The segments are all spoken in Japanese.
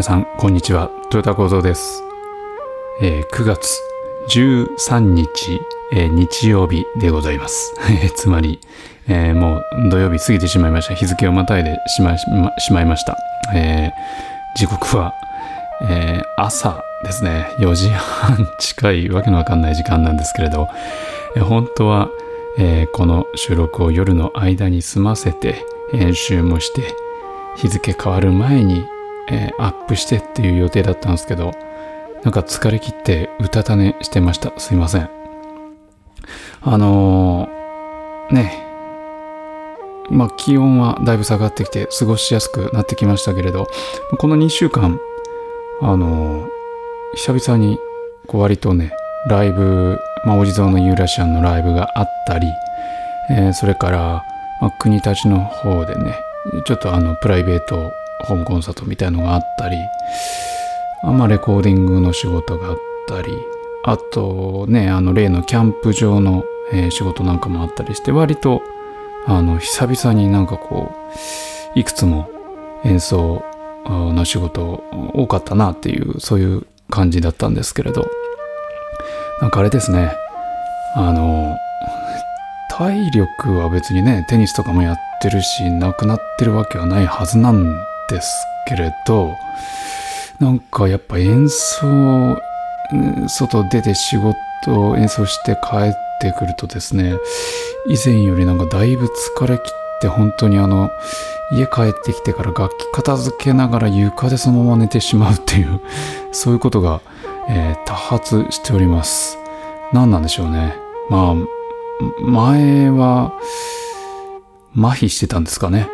皆さんこんにちは、豊田幸三です。9月13日、日曜日でございます。つまり、もう土曜日過ぎてしまいました。日付をまたいでしまいました。時刻は、朝ですね。4時半近いわけのわかんない時間なんですけれど、本当は、この収録を夜の間に済ませて編集もして日付変わる前に、アップしてっていう予定だったんですけど、なんか疲れ切ってうたた寝してました。すいません。気温はだいぶ下がってきて過ごしやすくなってきましたけれど、この2週間久々に割とねライブ、お地蔵のユーラシアンのライブがあったり、それから、国立の方でねちょっとプライベートホームコンサートみたいのがあったり、レコーディングの仕事があったり、あとね例のキャンプ場の、仕事なんかもあったりして、割と久々になんかいくつも演奏の仕事多かったなっていう、そういう感じだったんですけれど、なんかあれですね、体力は別にねテニスとかもやってるしなくなってるわけはないはずなんですけれど、なんかやっぱ演奏、外出て仕事を演奏して帰ってくるとですね、以前よりなんかだいぶ疲れ切って、本当に家帰ってきてから楽器片付けながら床でそのまま寝てしまうっていうそういうことが、多発しております。何なんでしょうね。前は麻痺してたんですかね。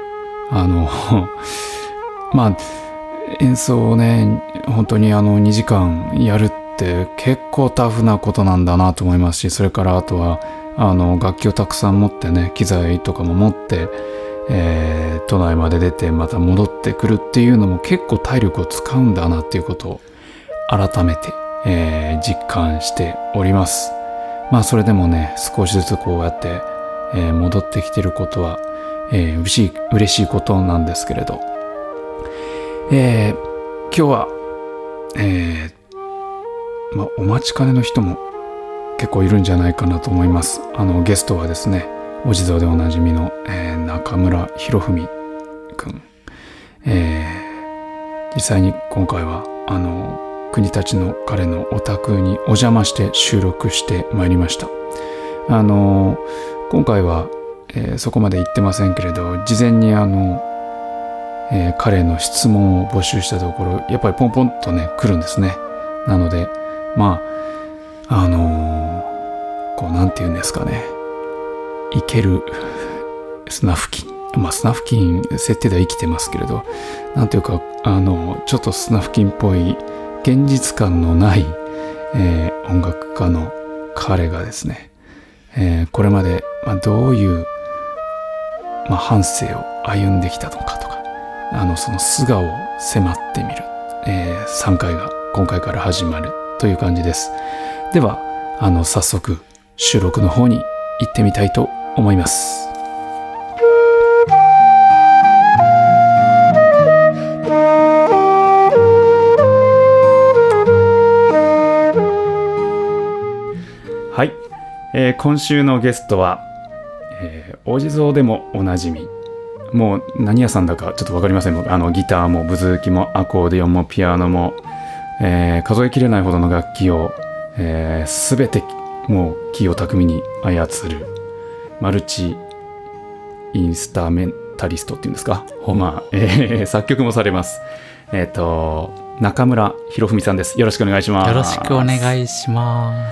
演奏をね本当に2時間やるって結構タフなことなんだなと思いますし、それからあとは楽器をたくさん持ってね、機材とかも持って、都内まで出てまた戻ってくるっていうのも結構体力を使うんだなっていうことを改めて、実感しております。それでもね少しずつこうやって、戻ってきてることは、嬉しいことなんですけれど、今日は、お待ちかねの人も結構いるんじゃないかなと思います。ゲストはですね、お地蔵でおなじみの、中村博文くん、実際に今回は国立の彼のお宅にお邪魔して収録してまいりました。今回は、そこまで言ってませんけれど、事前に彼の質問を募集したところ、やっぱりポンポンとね来るんですね。なのでなんていうんですかね、いけるスナフキン、スナフキン設定では生きてますけれど、なんていうかちょっとスナフキンっぽい現実感のない、音楽家の彼がですね、これまで、どういう、半生を歩んできたのかとか、その素顔を迫ってみる、3回が今回から始まるという感じです。では早速収録の方に行ってみたいと思います。はい、今週のゲストは、お地蔵でもおなじみ、もう何屋さんだかちょっと分かりません。ギターもブズーキもアコーディオンもピアノも、数えきれないほどの楽器を、全てもう器用巧みに操るマルチインスタメンタリストっていうんですか、作曲もされます、中村博文さんです。よろしくお願いします。 よろしくお願いします。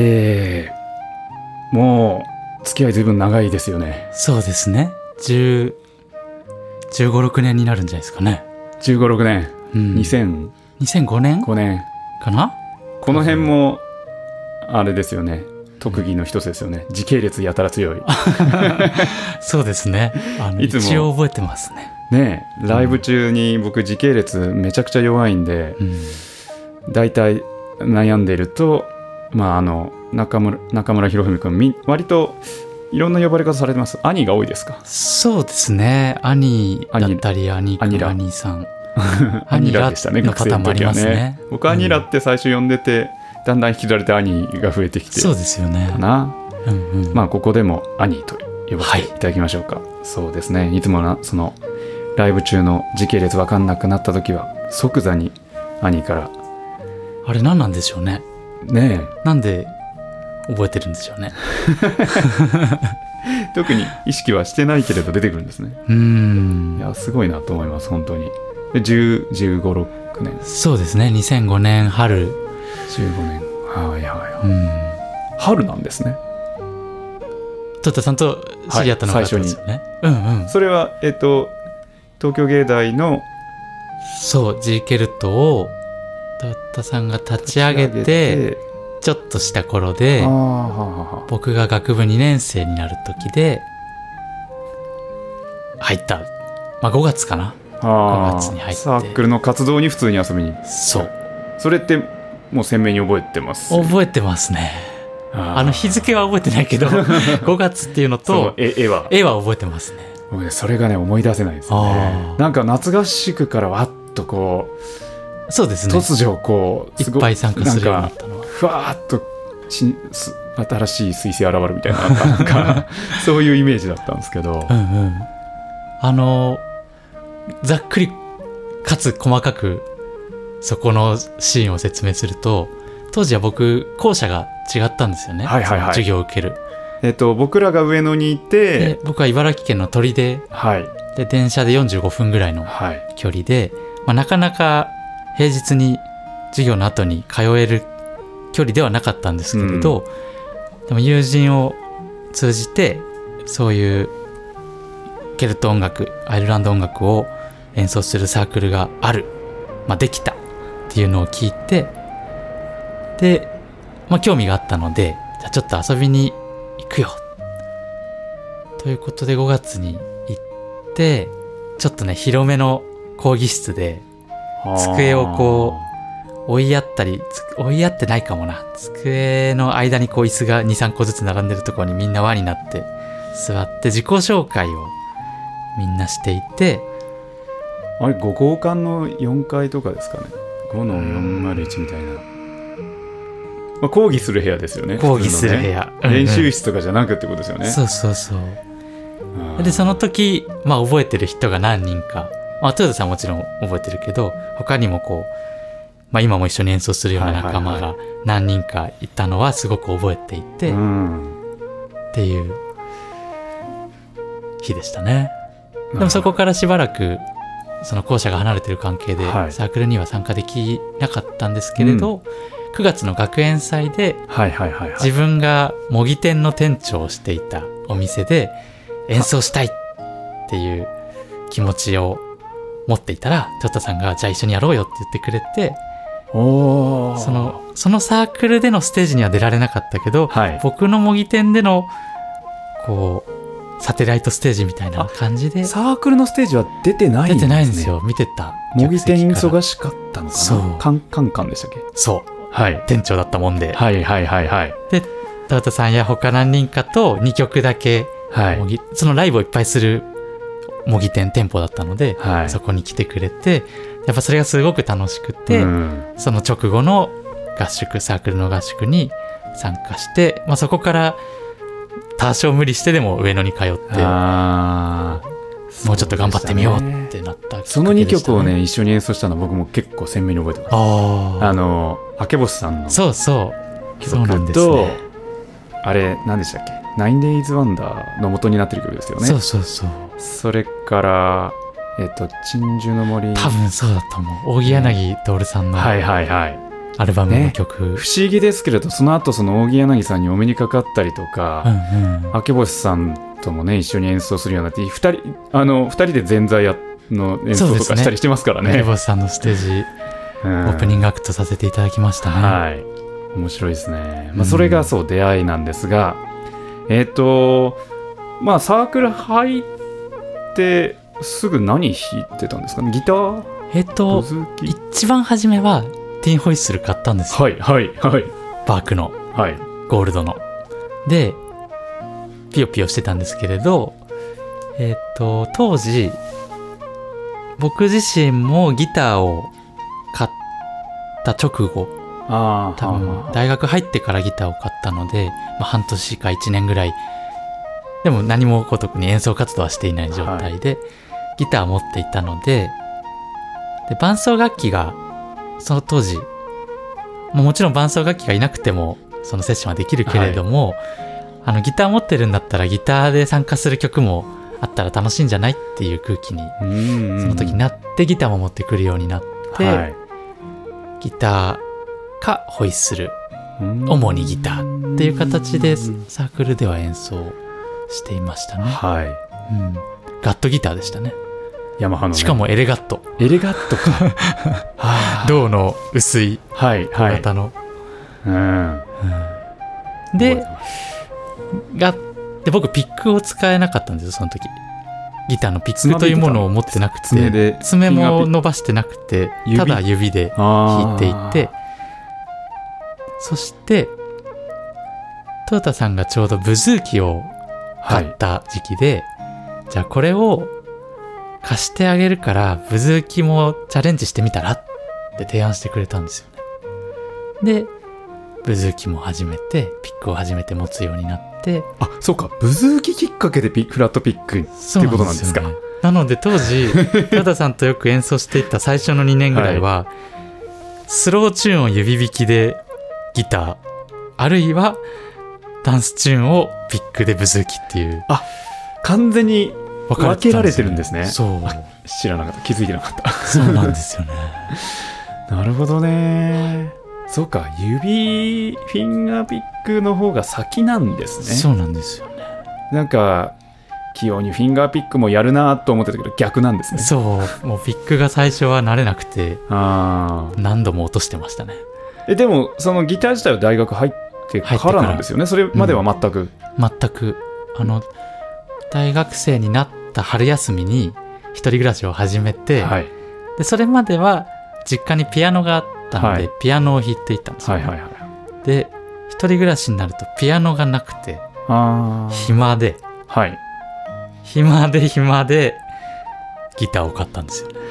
もう付き合いずいぶん長いですよね。 そうですね、15、16年になるんじゃないですかね。 15、16年、 2005年 5年かな。 この辺もあれですよね、特技の一つですよね。時系列やたら強いそうですね、いつも一応覚えてますね。 ライブ中に僕時系列めちゃくちゃ弱いんで、だいたい悩んでいると、中村博文君割といろんな呼ばれ方されてます。兄が多いですか？ そうですね、兄だったり兄さん、 アニラでしたね、 のパターンもありますね。 僕アニラって最初読んでて、だんだん引きずられて兄が増えてきて、 そうですよね。 かな。 うんうん、 まあここでも兄と呼ばせていただきましょうか。はい、そうですね。いつもそのライブ中の時系列分かんなくなった時は即座に兄から、 あれ何なんでしょうね。 ねえ。なんで覚えてるんでしょうね。 特に意識はしてないけれど出てくるんですね。いやすごいなと思います本当に。で15、16年。 そうですね。2005年春。 15年。はいはい。春なんですね。 トッタさんと知り合ったのが最初に。うんうん。 それは東京芸大のそうジーケルトをトッタさんが立ち上げてちょっとした頃で、僕が学部2年生になる時で入った。まあ5月かな。5月に入ってサークルの活動に普通に遊びに。 そう。 それってもう鮮明に覚えてます？ 覚えてますね。日付は覚えてないけど5月っていうのと絵は覚えてますね。 それがね思い出せないですね。なんか夏合宿からわっとこう、 そうですね、 突如こういっぱい参加するようになったのはふわーっと新しい彗星現るみたいな、なんかそういうイメージだったんですけど、 ざっくりかつ細かくそこのシーンを説明すると、当時は僕校舎が違ったんですよね、授業を受ける。 僕らが上野にいて、 僕は茨城県の取手で、電車で45分ぐらいの距離で、なかなか平日に授業の後に通える距離ではなかったんですけれど、でも友人を通じてそういうケルト音楽、アイルランド音楽を演奏するサークルがある、できたっていうのを聞いて、で、興味があったので、じゃあちょっと遊びに行くよということで5月に行って、ちょっとね広めの講義室で机をこう追いやってないかもな、机の間にこう椅子が 2,3 個ずつ並んでるところにみんな輪になって座って自己紹介をみんなしていて、 あれ5号館の4階とかですかね。5-401みたいな、講義する部屋ですよね。 講義する部屋、 練習室とかじゃなくってことですよね。 そうそうそう。でその時、覚えてる人が何人か、豊田さんもちろん覚えてるけど、他にもこう、今も一緒に演奏するような仲間が何人かいたのはすごく覚えていて、っていう日でしたね。でもそこからしばらくその校舎が離れてる関係でサークルには参加できなかったんですけれど、9月の学園祭で自分が模擬店の店長をしていたお店で演奏したいっていう気持ちを持っていたら、トッタさんがじゃあ一緒にやろうよって言ってくれて、そのサークルでのステージには出られなかったけど、僕の模擬店でのこうサテライトステージみたいな感じで。 サークルのステージは出てないんですね。 出てないんですよ。見てた。 模擬店忙しかったのかな。そう。カンでしたっけ。 そう。店長だったもんで。で、トヨタさんや他何人かと2曲だけ、そのライブをいっぱいする模擬店舗だったので、そこに来てくれて、やっぱそれがすごく楽しくて、その直後のサークルの合宿に参加して、そこから多少無理してでも上野に通って、もうちょっと頑張ってみようってなった、ね、 その2曲をね一緒に演奏したの僕も結構鮮明に覚えてます。明星さんの曲と、あれ何でしたっけ、9 days wonder の元になってる曲ですよね。それから鎮守の森、 多分そうだと思う。扇柳徹さんのアルバムの曲、 不思議ですけれど、その後その扇柳さんにお目にかかったりとか、明星さんともね一緒に演奏するようになって、2人で前座の演奏とかしたりしてますからね。 明星さんのステージ、オープニングアクトさせていただきましたね。 面白いですね。それがそう出会いなんですが、サークル入ってすぐ何弾いてたんですかね。ギター、 一番初めはティンホイッスル買ったんですよ。バークの、ゴールドのでピヨピヨしてたんですけれど、当時、 僕自身もギターを買った直後、多分大学入ってからギターを買ったので、半年か1年ぐらいでも何も特に演奏活動はしていない状態で、ギターを持っていたので、伴奏楽器がその当時もちろん伴奏楽器がいなくてもそのセッションはできるけれども、ギター持ってるんだったらギターで参加する曲もあったら楽しいんじゃないっていう空気にその時になって、ギターも持ってくるようになって、ギターかホイッスル、主にギターっていう形でサークルでは演奏していましたね。ガットギターでしたね。 ヤマハのね。 しかもエレガットか銅の薄い小型の、で僕ピックを使えなかったんですよ、その時。ギターのピックというものを持ってなくて、爪も伸ばしてなくて、ただ指で弾いていて、そしてトヨタさんがちょうどブズーキを買った時期で、じゃあこれを貸してあげるからブズーキもチャレンジしてみたらって提案してくれたんですよね。でブズーキも始めて、ピックを初めて持つようになって。 そうか、ブズーキきっかけでフラットピックっていうことなんですか。 なので当時トヨタさんとよく演奏していた最初の2年ぐらいは、スローチューンを指弾きでギター、あるいはダンスチューンをピックでブズーキっていう、 完全に分けられてるんですね。 知らなかった、気づいてなかった。 そうなんですよね。 なるほどね。そうか、フィンガーピックの方が先なんですね。 そうなんですよね。 なんか器用にフィンガーピックもやるなと思ってたけど、逆なんですね。 もうピックが最初は慣れなくて、何度も落としてましたね。 でもそのギター自体は大学入ってからなんですよね。それまでは全く、 大学生になった春休みに一人暮らしを始めて、でそれまでは実家にピアノがあったので、ピアノを弾いていたんですよね。で一人暮らしになるとピアノがなくて、暇でギターを買ったんですよね。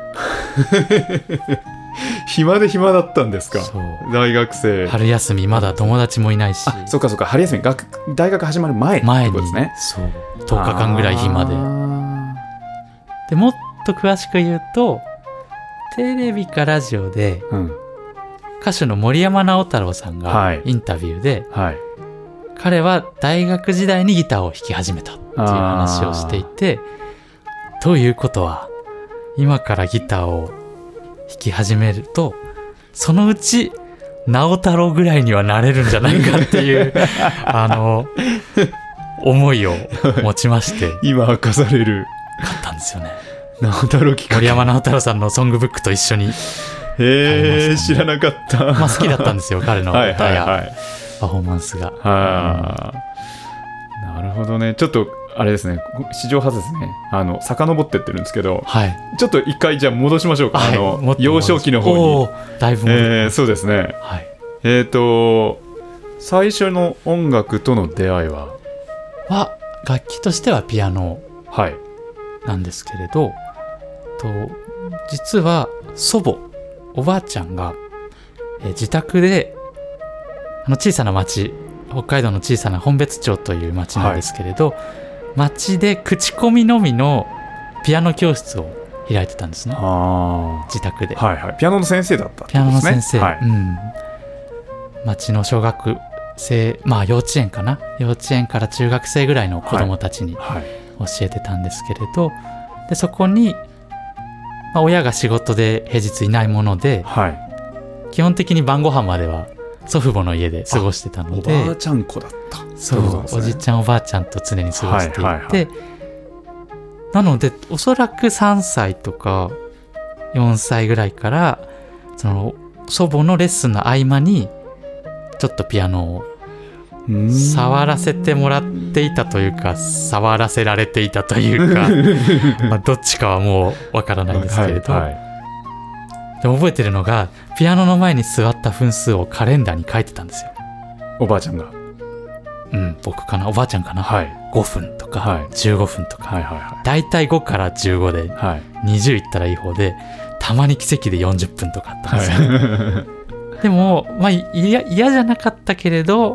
暇だったんですか。大学生、 春休み、まだ友達もいないし。 そうか春休み、大学始まる前ってことですね。 10日間ぐらい暇で。もっと詳しく言うと、テレビかラジオで、歌手の森山直太朗さんがインタビューで、彼は大学時代にギターを弾き始めたっていう話をしていて、ということは今からギターを弾き始めると、そのうち直太朗ぐらいにはなれるんじゃないかっていう思いを持ちまして、 今明かされる買ったんですよね。 直太朗森山直太朗さんのソングブックと一緒に。 知らなかった。 好きだったんですよ、彼の歌やパフォーマンスが。 なるほどね。ちょっとあれですね、史上初ですね、遡ってってるんですけど、ちょっと一回じゃあ戻しましょうか。幼少期の方に。 だいぶそうですね。最初の音楽との出会いは楽器としてはピアノなんですけれど、実は祖母、おばあちゃんが、自宅で小さな町、北海道の小さな本別町という町なんですけれど、町で口コミのみのピアノ教室を開いてたんですね。自宅で、 ピアノの先生だったってことですね。 ピアノの先生、町の小学生、幼稚園かな、幼稚園から中学生ぐらいの子どもたちに教えてたんですけれど、でそこに、親が仕事で平日いないもので、基本的に晩ご飯までは祖父母の家で過ごしてたので、 おばあちゃん子だった。 おじいちゃんおばあちゃんと常に過ごしていて、なのでおそらく3歳とか4歳ぐらいから、その祖母のレッスンの合間にちょっとピアノを触らせてもらっていたというか、触らせられていたというかどっちかはもうわからないんですけれど、でも覚えてるのが、ピアノの前に座った分数をカレンダーに書いてたんですよ、 おばあちゃんが。 僕かな、おばあちゃんかな、 はい、 5分とか、 はい、 15分とか、 はいはいはい、 だいたい5から15で、はい、20いったらいい方で、たまに奇跡で40分とかあったんですよ、はい、でも、まあ、嫌じゃなかったけれど、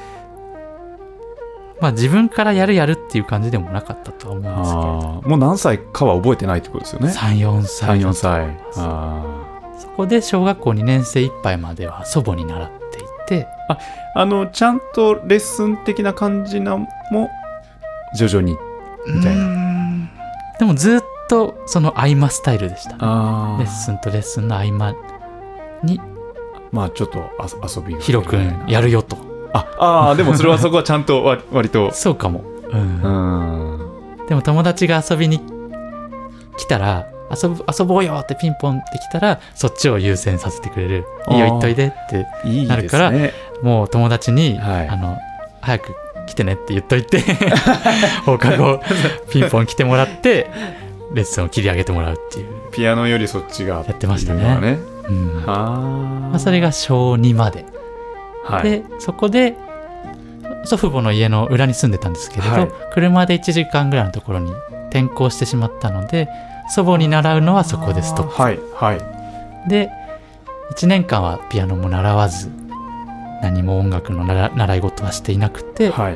まあ、自分からやるっていう感じでもなかったとは思うんですけど。 もう何歳かは覚えてないってことですよね。 3、4歳。 3、4歳。 そこで小学校2年生いっぱいまでは祖母に習っていて、 ちゃんとレッスン的な感じなも徐々にみたいな。 でもずっとその合間スタイルでしたね。レッスンとレッスンの合間に、 まあちょっと遊びヒロ君やるよと。 でもそれはそこはちゃんと割とそうかも、でも友達が遊びに来たら遊ぼうよってピンポンって来たら、そっちを優先させてくれる。いいよ行っといでってなるから、いいですね、もう友達に、はい、早く来てねって言っといて放課後ピンポン来てもらってレッスンを切り上げてもらうっていう。 ピアノよりそっちがやってましたね。それが小2まで、はい、でそこで祖父母の家の裏に住んでたんですけれど、はい、車で1時間ぐらいのところに転校してしまったので、祖母に習うのはそこでストップ、 はいはい、 で1年間はピアノも習わず、何も音楽の習い事はしていなくて、はい、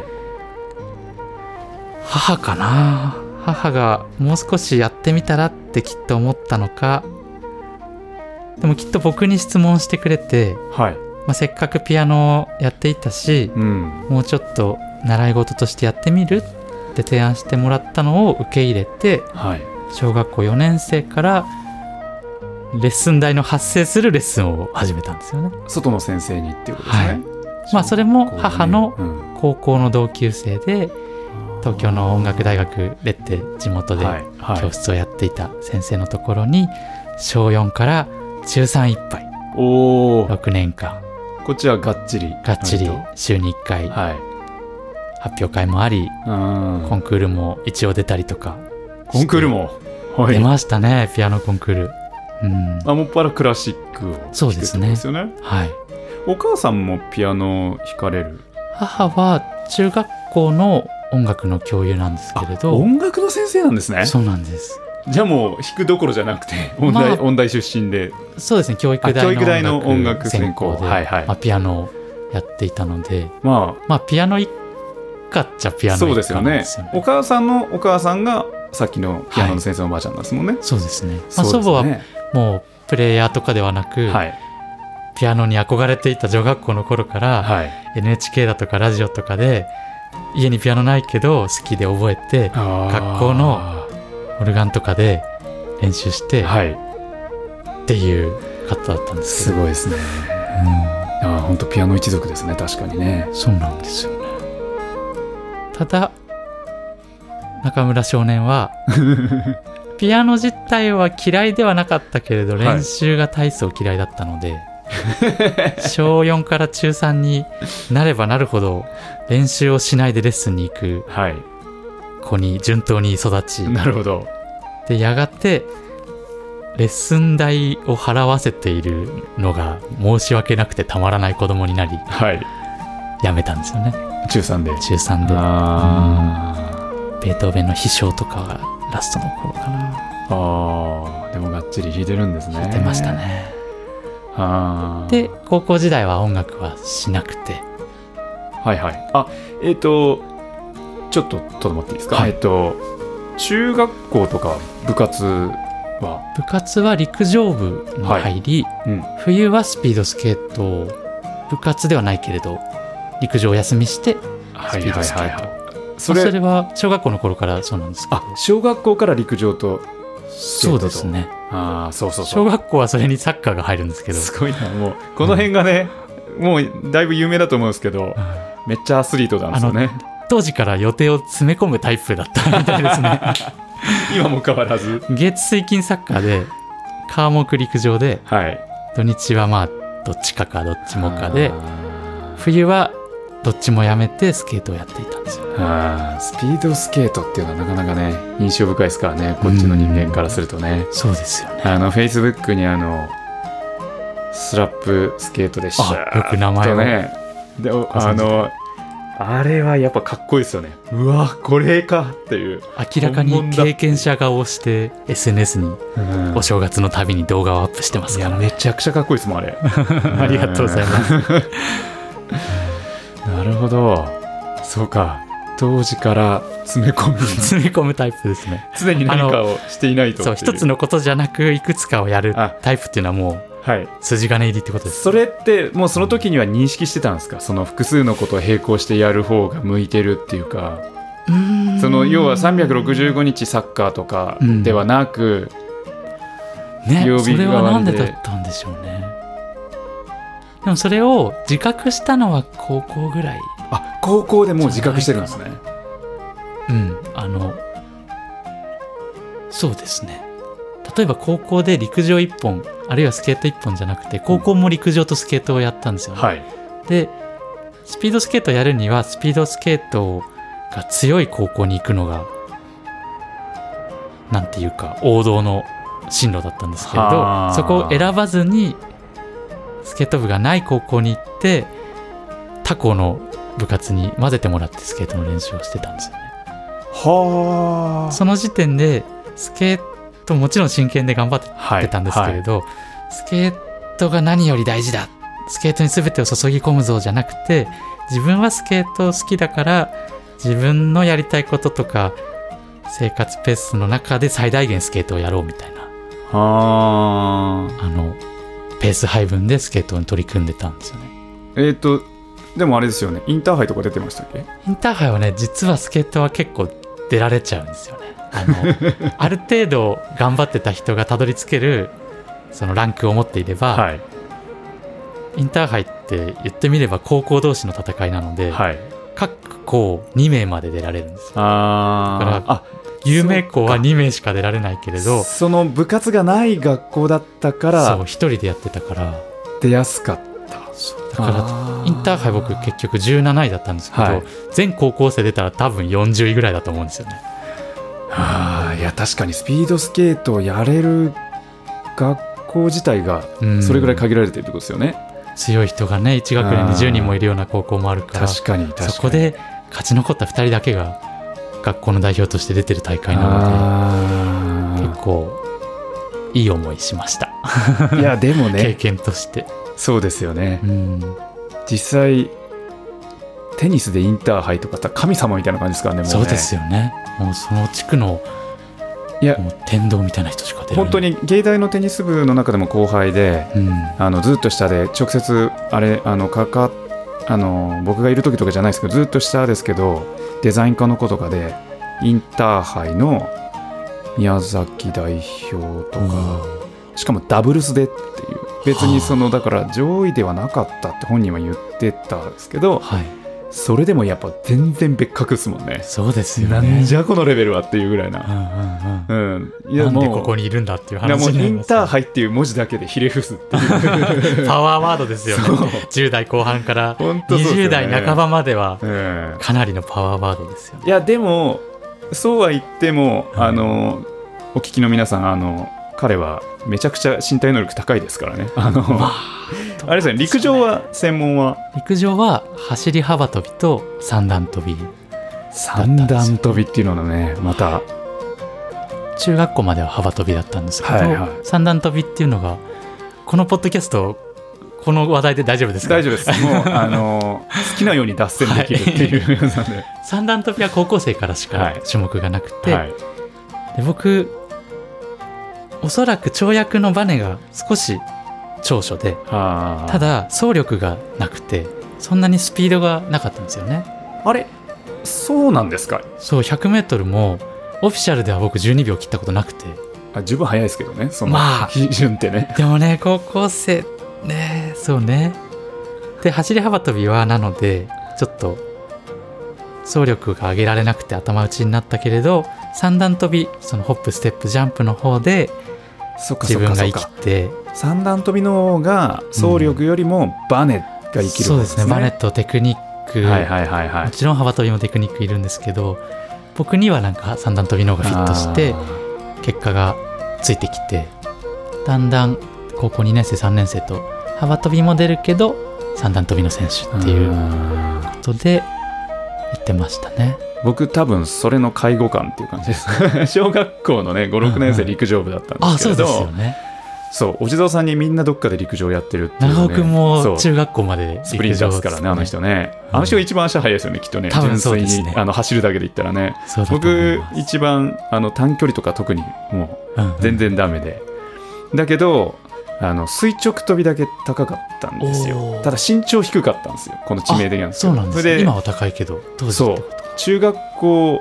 母かな、母がもう少しやってみたらってきっと思ったのか、でもきっと僕に質問してくれて、はい、せっかくピアノをやっていたし、もうちょっと習い事としてやってみるって提案してもらったのを受け入れて、はい、小学校4年生からレッスン代の発生するレッスンを始めたんですよね。 外の先生にっていうことですね。 はい、それも母の高校の同級生で、東京の音楽大学出て地元で教室をやっていた先生のところに、小4から中3いっぱい6年間、 こっちはがっちり週に1回、はい、発表会もあり、コンクールも一応出たりとか。 コンクールも、 はい、出ましたね、ピアノコンクール。 もっぱらクラシックを弾くってことですよね。はい。お母さんもピアノ弾かれる？ 母は中学校の音楽の教諭なんですけれど。 音楽の先生なんですね。 そうなんです。 じゃあもう弾くどころじゃなくて音大出身で。 そうですね、教育大の音楽専攻で、はいはい、ピアノをやっていたので、ピアノ一家っちゃピアノ一家なんですよね。そうですよね。お母さんがさっきのピアノの先生のおばあちゃんなんですもんね。 そうですね。祖母はもうプレイヤーとかではなく、はい、ピアノに憧れていた女学校の頃から、はい、NHK だとかラジオとかで、家にピアノないけど好きで覚えて、学校のオルガンとかで練習して、はい、っていう方だったんですけど。 すごいですね。本当ピアノ一族ですね。確かにね。 そうなんですよね。ただ中村少年はピアノ自体は嫌いではなかったけれど、練習が大層嫌いだったので、小4から中3になればなるほど練習をしないでレッスンに行く子に順当に育ち、 なるほど。 でやがてレッスン代を払わせているのが申し訳なくてたまらない子供になり、はい、やめたんですよね。 中3で。 中3で。ベートーベンの飛翔とかがラストの頃かな。 でもがっちり弾いてるんですね。 弾いてましたね。で高校時代は音楽はしなくて、 はいはい。ちょっととどまっていいですか。はい、中学校とか部活は陸上部に入り、冬はスピードスケートを部活ではないけれど陸上を休みしてスピードスケート、それは小学校の頃からそうなんですけど。 小学校から陸上とスケートと。 そうですね。 そう小学校はそれにサッカーが入るんですけど。 すごいな。もうこの辺がね、もうだいぶ有名だと思うんですけど、めっちゃアスリートなんですよね。 当時から予定を詰め込むタイプだったみたいですね。 今も変わらず。 月水金サッカーで科目陸上で、はい、土日はどっちかどっちもかで、冬はどっちもやめてスケートをやっていたんですよ。 スピードスケートっていうのはなかなかね印象深いですからね、こっちの人間からするとね。 そうですよね。 Facebook にスラップスケートでした。 よく名前を。 であれはやっぱかっこいいですよね。うわこれかっていう、 明らかに経験者顔をして SNS にうんお正月のたびに動画をアップしてますから、 いやめちゃくちゃかっこいいですもんあれありがとうございますなるほど、そうか、当時から詰め込み詰め込むタイプですね。 常に何かをしていないとっていう。 そう一つのことじゃなくいくつかをやるタイプっていうのはもうはい、 筋金入りってことです。 それってもうその時には認識してたんですか？その複数のことを並行してやる方が向いてるっていうか、その要は365日サッカーとかではなく、 ね、 曜日それはなんで代わりでだったんでしょうね。でもそれを自覚したのは高校ぐらい。 あ、高校でもう自覚してるんですね。 うんそうですね。例えば高校で陸上1本あるいはスケート1本じゃなくて高校も陸上とスケートをやったんですよね、 はい、 でスピードスケートをやるにはスピードスケートが強い高校に行くのがなんていうか王道の進路だったんですけれど、そこを選ばずにスケート部がない高校に行って他校の部活に混ぜてもらってスケートの練習をしてたんですよね。 はあ。 その時点でスケートもちろん真剣で頑張ってたんですけれど、スケートが何より大事だ、スケートに全てを注ぎ込むぞじゃなくて、自分はスケート好きだから自分のやりたいこととか生活ペースの中で最大限スケートをやろうみたいな、ペース配分でスケートに取り組んでたんですよね。 でもあれですよね、インターハイとか出てましたっけ？ インターハイはね、実はスケートは結構出られちゃうんですよね。ある程度頑張ってた人がたどり着けるそのランクを持っていれば、はい、インターハイって言ってみれば高校同士の戦いなので、はい、各校2名まで出られるんですよ。だから有名校は2名しか出られないけれど、 その部活がない学校だったからそう1人でやってたから出やすかった。 そうだからインターハイ僕結局17位だったんですけど、はい、全高校生出たら多分40位ぐらいだと思うんですよね。 いや確かにスピードスケートをやれる学校自体がそれぐらい限られてるってことですよね。 強い人がね1学年に10人もいるような高校もあるから、 確かにそこで勝ち残った2人だけが学校の代表として出てる大会なので、結構いい思いしました。 いやでもね経験としてそうですよね、実際テニスでインターハイとか神様みたいな感じですからね。もうねそうですよね。もうその地区のもう天童みたいな人しか出ない。 本当に芸大のテニス部の中でも後輩で、ずっと下で直接僕がいる時とかじゃないですけどずっと下ですけど、デザイン科の子とかでインターハイの宮崎代表とか、しかもダブルスでっていう、別にだから上位ではなかったって本人は言ってたんですけど、はい、それでもやっぱ全然別格ですもんね。 そうですよね。 なんじゃこのレベルはっていうぐらいな、 いやなんでここにいるんだっていう話になります、ね、 もうインターハイっていう文字だけでひれ伏すっていうパワーワードですよね。10代後半から20代半ばまではかなりのパワーワードですよね。 いやでもそうは言っても、お聞きの皆さん彼はめちゃくちゃ身体能力高いですからね。あれですね、陸上は専門は陸上は走り幅跳びと三段跳び。 三段跳びっていうのがねまた中学校までは幅跳びだったんですけど、三段跳びっていうのがこのポッドキャストこの話題で大丈夫ですか？ 大丈夫です。もう好きなように脱線できるっていう、 三段跳びは高校生からしか種目がなくて、で僕おそらく跳躍のバネが少し長所で、ただ走力がなくてそんなにスピードがなかったんですよね。 あれそうなんですか？そう 100m もオフィシャルでは僕12秒切ったことなくて、 十分早いですけどね、その基準ってね、 でもね高校生ね、そうね。で走り幅跳びはなのでちょっと走力が上げられなくて頭打ちになったけれど、三段跳びそのホップステップジャンプの方で自分が生きて、 三段跳びの方が走力よりもバネが生きるんですね。 そうですね、バネとテクニック、もちろん幅跳びもテクニックいるんですけど、僕にはなんか三段跳びの方がフィットして結果がついてきて、だんだん高校2年生3年生と幅跳びも出るけど三段跳びの選手っていうことでってましたね。 僕多分それの介護官っていう感じです小学校のね 5,6 年生陸上部だったんですけれど、 そうですよね。 そうお地蔵さんにみんなどっかで陸上やってるっていう、ね、 長尾くんも中学学校まで陸上スプリンターですからね、あの人ね、あの人が一番足速いですよねきっとね、 多分そうですね、 純粋に走るだけで言ったらね。 そうだと思い僕ます。 一番短距離とか特にもう全然ダメで、だけど垂直跳びだけ高かったんですよ。ただ身長低かったんですよ、この致命的なんですよ。 そうなんですね。今は高いけど当時そう中学校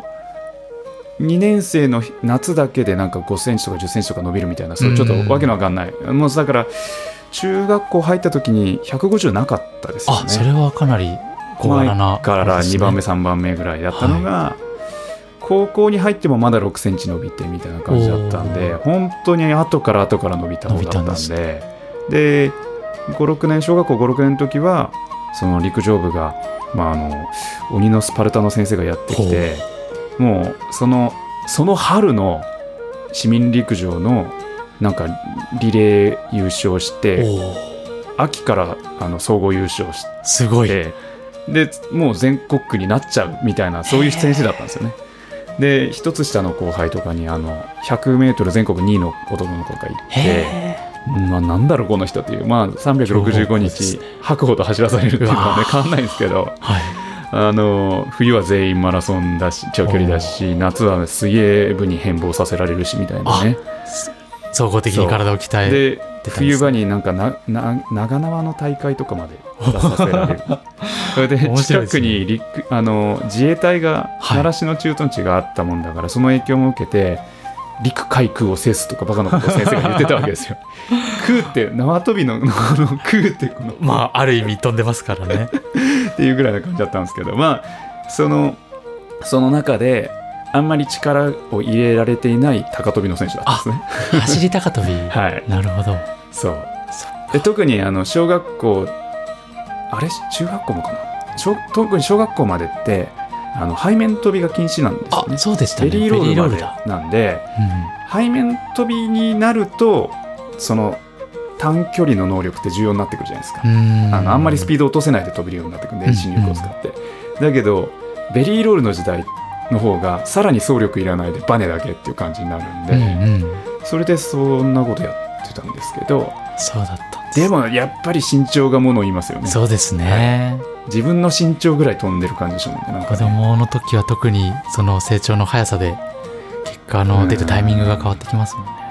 2年生の夏だけでなんか5センチとか10センチとか伸びるみたいな、そうちょっとわけのわかんない、もうだから中学校入った時に150なかったですよね。 それはかなり小柄な、 前から2番目3番目ぐらいだったのが、高校に入ってもまだ6センチ伸びてみたいな感じだったんで、本当に後から伸びた方だったんで、で5,6年小学校 5,6 年の時はその陸上部が、鬼のスパルタの先生がやってきて、もうその春の市民陸上のなんかリレー優勝して、秋から総合優勝して、 すごいでもう全国区になっちゃうみたいな、そういう先生だったんですよね。で一つ下の後輩とかに100メートル全国2位の男の子がいて、なんだろうこの人っていう、365日吐くほど走らされるっていうのはね変わんないんですけど、冬は全員マラソンだし長距離だし、夏は水泳部に変貌させられるしみたいなね、 総合的に体を鍛えでてたんですね。 冬場になんか長縄の大会とかまで出させられるそれで近くに自衛隊が習志野駐屯地があったもんだから、その影響も受けて陸海空を制すとかバカなことを先生が言ってたわけですよ空って縄跳びの空ってこのある意味飛んでますからねっていうぐらいな感じだったんですけど、その中であんまり力を入れられていない高跳びの選手だったんですね。 走り高跳びはい、 なるほど。 そうで特に小学校中学校もかな、特に小学校までって背面跳びが禁止なんですよね。 そうでしたね。 ベリーロールまでなんで、背面跳びになるとその短距離の能力って重要になってくるじゃないですか。あんまりスピードを落とせないで飛べるようになってくるんで、遠心力を使って、だけどベリーロールの時代の方がさらに走力いらないでバネだけっていう感じになるんで、それでそんなことやってたんですけど、 そうだったんです。 でもやっぱり身長がものを言いますよね。 そうですね、 自分の身長ぐらい飛んでる感じでしょうね。なんかね、 子供の時は特にその成長の速さで結果の出るタイミングが変わってきますもんね。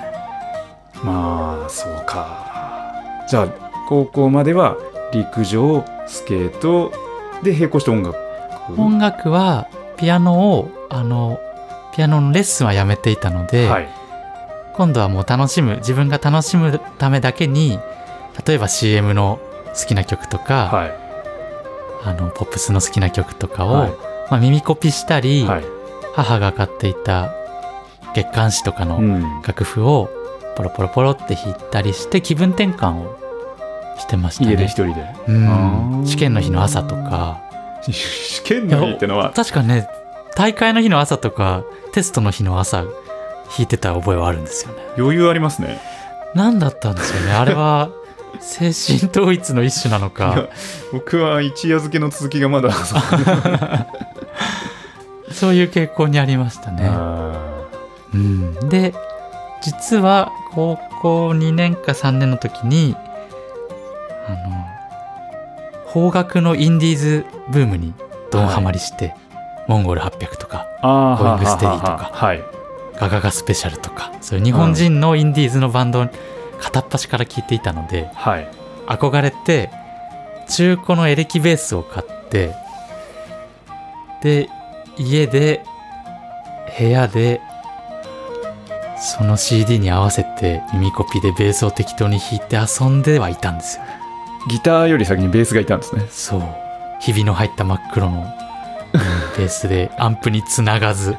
そうか。じゃあ高校までは陸上スケートで並行して音楽はピアノのレッスンはやめていたので、今度はもう自分が楽しむためだけに、例えば CM の好きな曲とか、ポップスの好きな曲とかを、耳コピしたり、母が買っていた月刊誌とかの楽譜をポロポロポロって弾いたりして気分転換をしてましたね。 家で一人で、 試験の日の朝とか。 試験の日ってのは確かね、大会の日の朝とかテストの日の朝弾いてた覚えはあるんですよね。 余裕ありますね。 何だったんですよねあれは。精神統一の一種なのか。 僕は一夜漬けの続きがまだそういう傾向にありましたね。で実は高校2年か3年の時に邦楽のインディーズブームにドンハマりして、モンゴル800とかゴーイングステディとか、ガガガスペシャルとか、そういう日本人のインディーズのバンドを片っ端から聴いていたので、憧れて中古のエレキベースを買って、で家で部屋でその CD に合わせて耳コピでベースを適当に弾いて遊んではいたんですよ。 ギターより先にベースがいたんですね。 そう、ひびの入った真っ黒のベースでアンプにつながず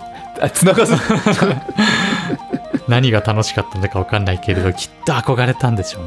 何が楽しかったのか分かんないけれど、きっと憧れたんでしょうね。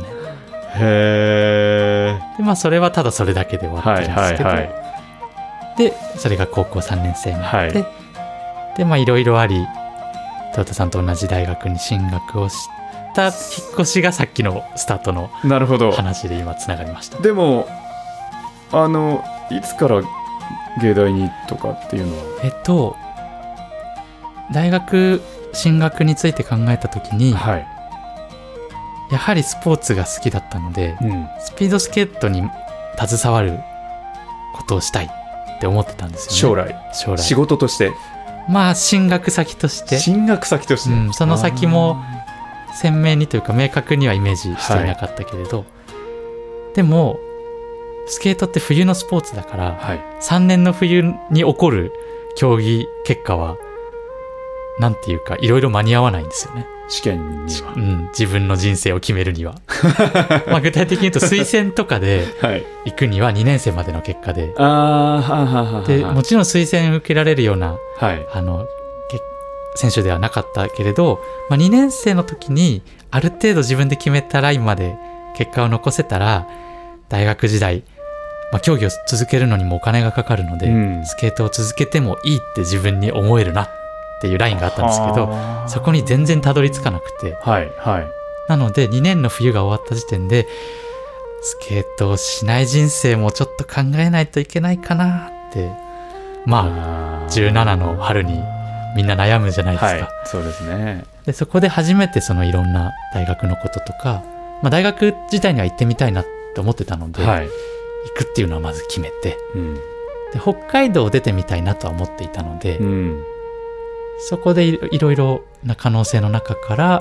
へー。でそれはただそれだけで終わってるんですけど、でそれが高校3年生になって、でいろいろあり、トヨタさんと同じ大学に進学をした引っ越しがさっきのスタートの話で今つながりました。 でもいつから芸大にとかっていうのは。 大学進学について考えた時に、 はい、 やはりスポーツが好きだったので、スピードスケートに携わることをしたいって思ってたんですよね。将来仕事として、 まあ進学先として、 その先も鮮明にというか明確にはイメージしていなかったけれど、でもスケートって冬のスポーツだから、3年の冬に起こる競技結果はなんていうかいろいろ間に合わないんですよね、 試験には。 自分の人生を決めるにはまあ具体的に言うと推薦とかで行くには2年生までの結果で、でもちろん推薦受けられるような、選手ではなかったけれど、まあ、2年生の時にある程度自分で決めたラインまで結果を残せたら大学時代、まあ、競技を続けるのにもお金がかかるので、スケートを続けてもいいって自分に思えるなっていうラインがあったんですけど、そこに全然たどり着かなくて、なので2年の冬が終わった時点でスケートをしない人生もちょっと考えないといけないかなって、まあ17の春にみんな悩むじゃないですか。 そうですね。 でそこで初めてそのいろんな大学のこととか、まあ、大学自体には行ってみたいなって思ってたので、行くっていうのはまず決めて、で北海道を出てみたいなとは思っていたので、そこでいろいろな可能性の中から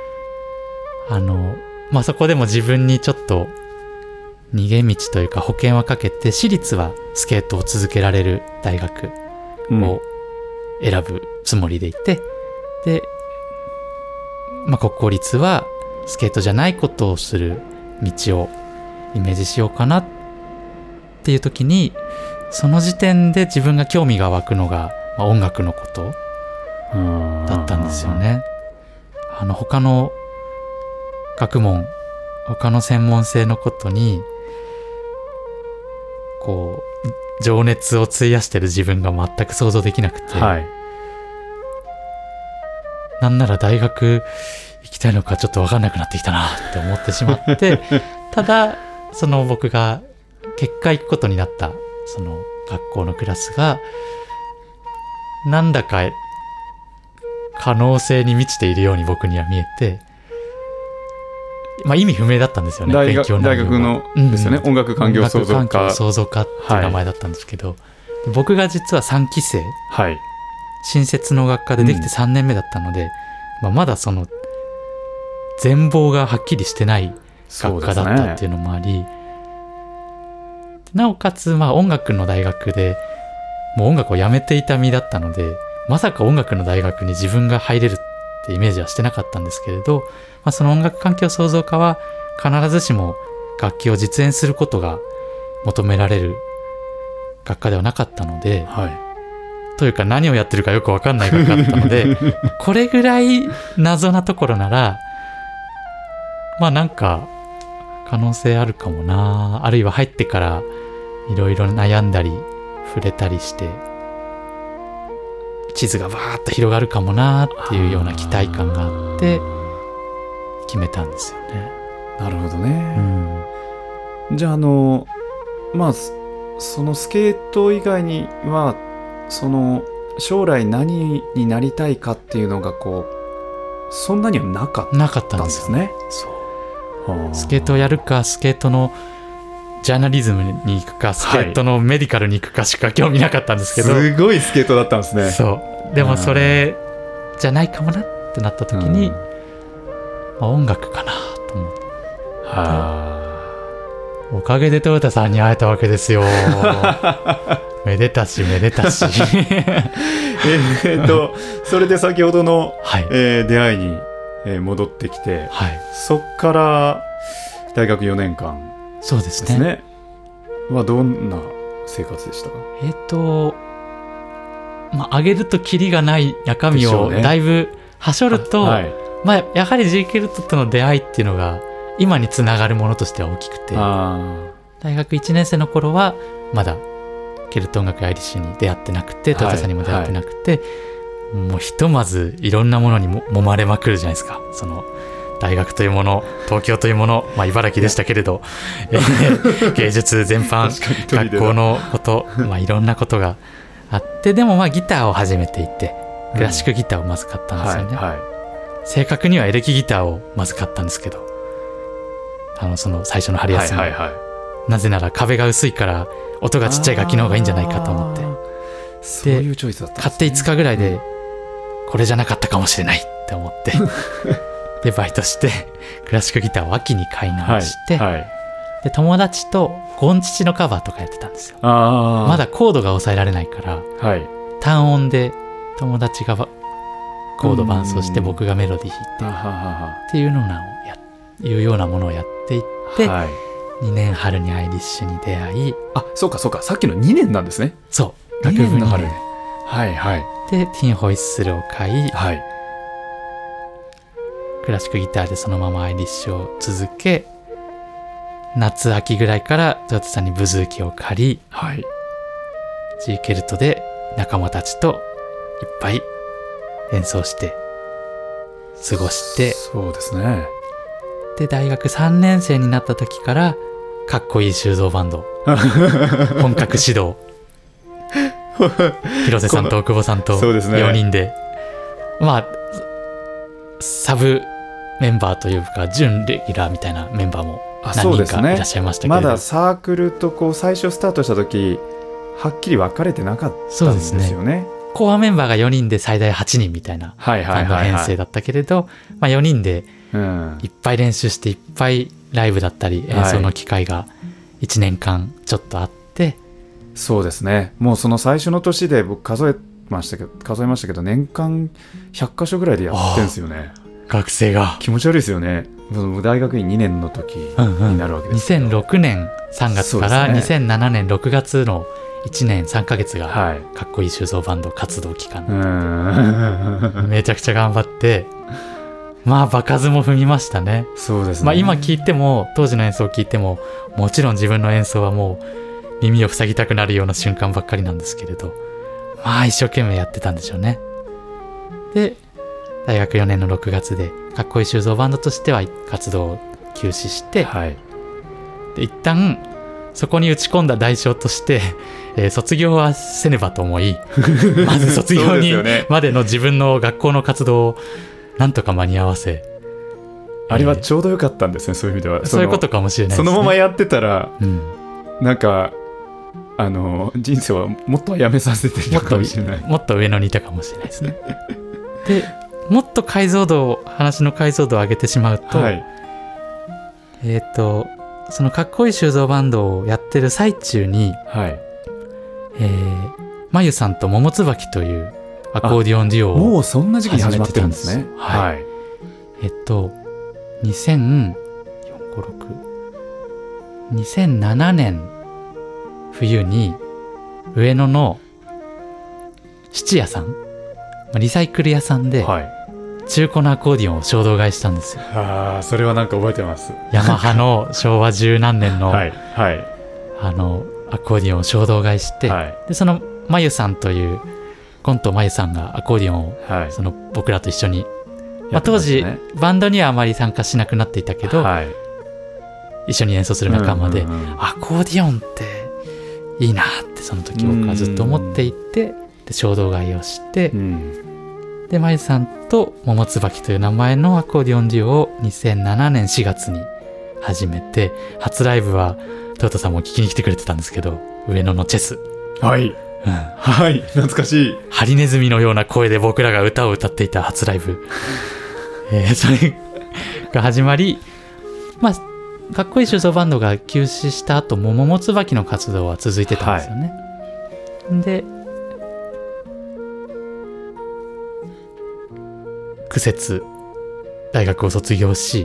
まあ、そこでも自分にちょっと逃げ道というか保険はかけて、私立はスケートを続けられる大学を選ぶつもりでいて、で、まあ、国公立はスケートじゃないことをする道をイメージしようかなっていう時に、その時点で自分が興味が湧くのが、まあ、音楽のことだったんですよね。他の学問、他の専門性のことにこう情熱を費やしてる自分が全く想像できなくて、なんなら大学行きたいのかちょっと分かんなくなってきたなって思ってしまってただその僕が結果行くことになったその学校のクラスがなんだか可能性に満ちているように僕には見えて、まあ、意味不明だったんですよね。 大学のですよね、音楽環境創造科。音楽環境創造科っていう名前だったんですけど、僕が実は3期生、新設の学科でできて3年目だったので、まあ、まだその全貌がはっきりしてない学科だったっていうのもあり、なおかつまあ音楽の大学でもう音楽をやめていた身だったので、まさか音楽の大学に自分が入れるってイメージはしてなかったんですけれど、まあ、その音楽環境創造科は必ずしも楽器を実演することが求められる学科ではなかったので、というか何をやってるかよく分かんない学科だったのでこれぐらい謎なところならまあなんか可能性あるかもな、あるいは入ってからいろいろ悩んだり触れたりして地図がバーッと広がるかもなっていうような期待感があって決めたんですよね。 なるほどね、じゃあまあそのスケート以外にはその将来何になりたいかっていうのがこうそんなにはなかったんですね。 そうスケートをやるかスケートのジャーナリズムに行くかスケートのメディカルに行くかしか興味なかったんですけど、 すごいスケートだったんですね。 そうでもそれじゃないかもなってなった時に、まあ、音楽かなと思って、おかげでトヨタさんに会えたわけですよめでたしめでたしそれで先ほどの、出会いに、戻ってきて、そっから大学4年間そうですねはどんな生活でしたか？ まあ、上げるとキリがない中身をだいぶはしょると、まあ、やはり G ケルトとの出会いっていうのが今につながるものとしては大きくて、大学1年生の頃はまだケルト音楽愛理士に出会ってなくて、トヨタさんにも出会ってなくて、もうひとまずいろんなものに揉まれまくるじゃないですか。その大学というもの、東京というもの、茨城でしたけれど、芸術全般、学校のこと、いろんなことがあって、でもギターを始めていて、クラシックギターをまず買ったんですよね。正確にはエレキギターをまず買ったんですけど、その最初の春休み、なぜなら壁が薄いから音がちっちゃい楽器の方がいいんじゃないかと思って、 そういうチョイスだったんですね。 買って5日ぐらいでこれじゃなかったかもしれないって思ってでバイトしてクラシックギターを秋に買い直して、で友達とゴンチチのカバーとかやってたんですよ。まだコードが抑えられないから、単音で友達がコード伴奏して僕がメロディー弾いてっていうようなものをやっていって、2年春にアイリッシュに出会い、 そうかさっきの2年なんですね。 そう学部2年の春ね。でティンホイッスルを買い、クラシックギターでそのままアイリッシュを続け、夏秋ぐらいからトヨタさんにブズーキを借り、G ケルトで仲間たちといっぱい演奏して過ごして、 そうですね。 で大学3年生になった時からかっこいい修造バンド本格指導広瀬さんと大久保さんと4人で、サブメンバーというか準レギュラーみたいなメンバーも何人かいらっしゃいましたけれど、 まだサークルと最初スタートした時はっきり分かれてなかったんですよね。 コアメンバーが4人で最大8人みたいなバンド編成だったけれど、4人でいっぱい練習していっぱいライブだったり演奏の機会が1年間ちょっとあって、 そうですね。もうその最初の年で僕数えましたけど年間100カ所ぐらいでやってんですよね。 学生が気持ち悪いですよね。大学院2年の時になるわけです、 2006年3月から2007年6月の1年3ヶ月がかっこいい修造バンド活動期間、めちゃくちゃ頑張って場数も踏みましたね。 そうですね。 今聞いても当時の演奏を聞いてももちろん自分の演奏はもう耳を塞ぎたくなるような瞬間ばっかりなんですけれど、一生懸命やってたんでしょうね。で大学4年の6月でかっこいい修造バンドとしては活動を休止して、で一旦そこに打ち込んだ代償として、卒業はせねばと思いまず卒業にまでの自分の学校の活動をなんとか間に合わせ、 あれはちょうどよかったんですね。そういう意味ではそういうことかもしれないですね。 そのままやってたら、なんか人生はもっとやめさせてるかもしれない。 もっと上野にいたかもしれないですねでもっと話の解像度を上げてしまうと、そのかっこいい修造バンドをやってる最中に、まゆさんと桃椿というアコーディオンデュオをもうそんな時期に始まってるんですね。 2007年冬に上野の質屋さん、リサイクル屋さんで中古のアコーディオンを衝動買いしたんですよ。 それはなんか覚えてます。 ヤマハの昭和十何年のアコーディオンを衝動買いして、でそのまゆさんというコントまゆさんがアコーディオンを、その僕らと一緒に、当時バンドにはあまり参加しなくなっていたけど、一緒に演奏する仲間で、アコーディオンっていいなってその時僕はずっと思っていて、で衝動買いをして、でまゆさんと桃椿という名前のアコーディオンデュオを2007年4月に始めて、初ライブはトヨタさんも聞きに来てくれてたんですけど、上野のチェス、懐かしい。ハリネズミのような声で僕らが歌を歌っていた初ライブ、それが始まり、かっこいい修造バンドが休止した後も桃椿の活動は続いてたんですよね。で苦節大学を卒業し、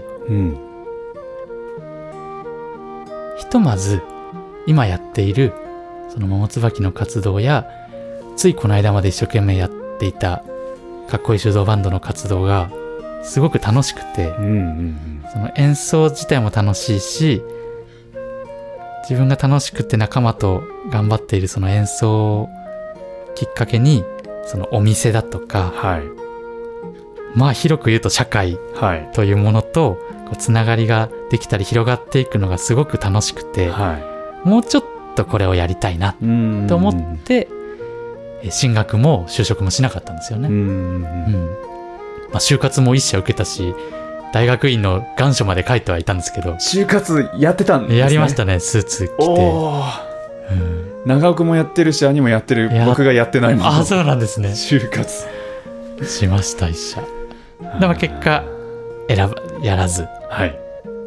ひとまず今やっているその桃椿の活動や、ついこの間まで一生懸命やっていたかっこいい修造バンドの活動がすごく楽しくて、その演奏自体も楽しいし、自分が楽しくて仲間と頑張っているその演奏をきっかけに、そのお店だとか、 まあ広く言うと社会はいというものとこうつながりができたり広がっていくのがすごく楽しくて、 はもうちょっとこれをやりたいないと思って進学も就職もしなかったんですよね。まあ、就活も一社受けたし大学院の願書まで書いてはいたんですけど、 就活やってたんですね。 やりましたね。スーツ着て、 おー、長尾くんもやってるし兄もやってる。僕がやってないもん。 あ、そうなんですね。 就活しました一社。でも結果やらず、 はい、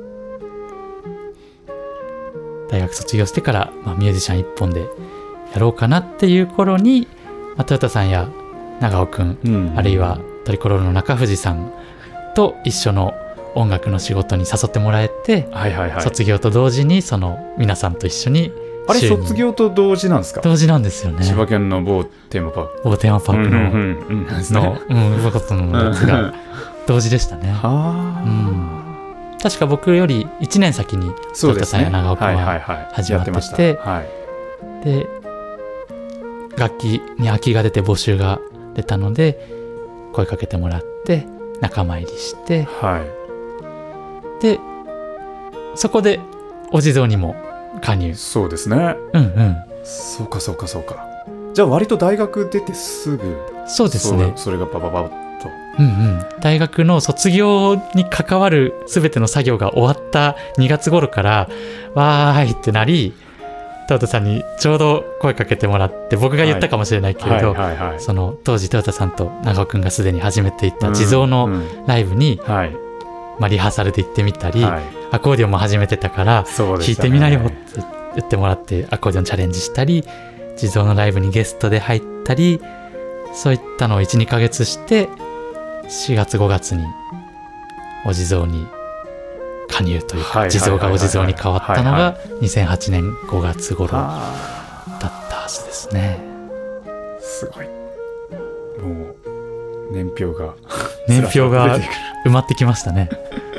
大学卒業してから、まあ、ミュージシャン一本でやろうかなっていう頃に、まあ、トヨタさんや長尾くん、あるいはトリコロールの中藤さんと一緒の音楽の仕事に誘ってもらえて、 はいはいはい、 卒業と同時にその皆さんと一緒に。 あれ卒業と同時なんですか？ 同時なんですよね。 千葉県の某テーマパーク、 某テーマパークのことのやつが同時でしたね。確か僕より1年先にトヨタさんや長尾くんは始まってて、で楽器に空きが出て募集が出たので声かけてもらって仲間入りして、でそこでお地蔵にも加入。 そうですね。そうかそうかそうか。じゃあ割と大学出てすぐ。 そうですね。 それがバババッと。 大学の卒業に関わる全ての作業が終わった2月頃からわーいってなり、トヨタさんにちょうど声かけてもらって、僕が言ったかもしれないけれど、その当時トヨタさんと長尾くんがすでに始めていた地蔵のライブに、まあ、リハーサルで行ってみたり、アコーディオンも始めてたから弾いてみなよって言ってもらってアコーディオンチャレンジしたり、地蔵のライブにゲストで入ったり、そういったのを 1,2 ヶ月して4月5月にお地蔵に加入というか、地蔵がお地蔵に変わったのが2008年5月頃だったはずですね。 すごい。もう年表が埋まってきましたね。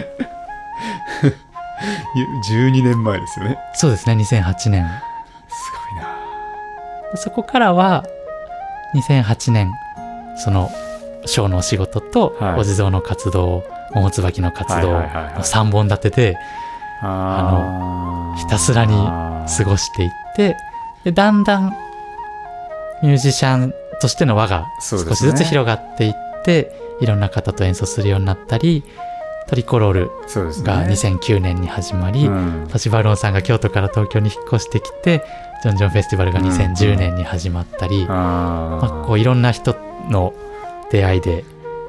12年前ですよね。 そうですね、2008年。 すごいな。 そこからは2008年そのショーのお仕事とお地蔵の活動、桃椿の活動の3本立てでひたすらに過ごしていって、でだんだんミュージシャンとしての輪が少しずつ広がっていって、いろんな方と演奏するようになったり、トリコロールが2009年に始まり、トシバロンさんが京都から東京に引っ越してきて、ジョンジョンフェスティバルが2010年に始まったり、こういろんな人の出会いで、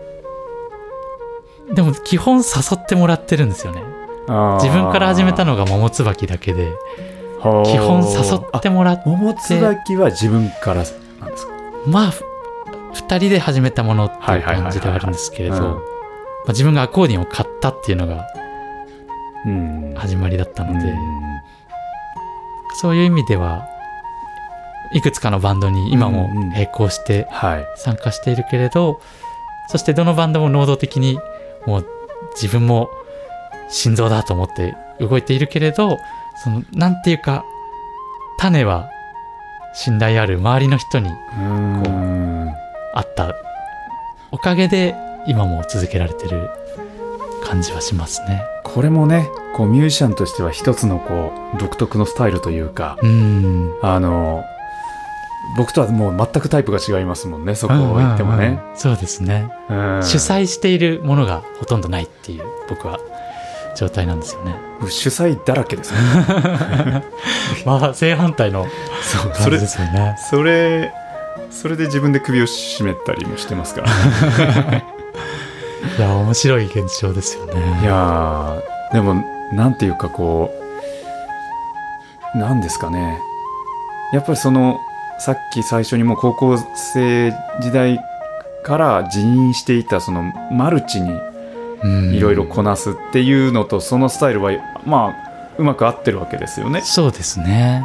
でも基本誘ってもらってるんですよね。自分から始めたのが桃椿だけで、基本誘ってもらって。 桃椿は自分からなんですか？ まあ2人で始めたものっていう感じではあるんですけれど、自分がアコーディオンを買ったっていうのが始まりだったので、そういう意味ではいくつかのバンドに今も並行して参加しているけれど、そしてどのバンドも能動的にもう自分も心臓だと思って動いているけれど、そのなんていうか種は信頼ある周りの人にこうあったおかげで今も続けられてる感じはしますね。 これもね、こうミュージシャンとしては一つのこう独特のスタイルというか、僕とはもう全くタイプが違いますもんね、そこを言ってもね。 そうですね、主催しているものがほとんどないっていう僕は状態なんですよね。 主催だらけですね。 まあ正反対の感じですよね。 それで自分で首を絞めたりもしてますから。 いや面白い現象ですよね。 いやでもなんていうかこうなんですかね、やっぱりそのさっき最初にもう高校生時代から自認していたそのマルチにいろいろこなすっていうのと、そのスタイルはまあうまく合ってるわけですよね。 そうですね。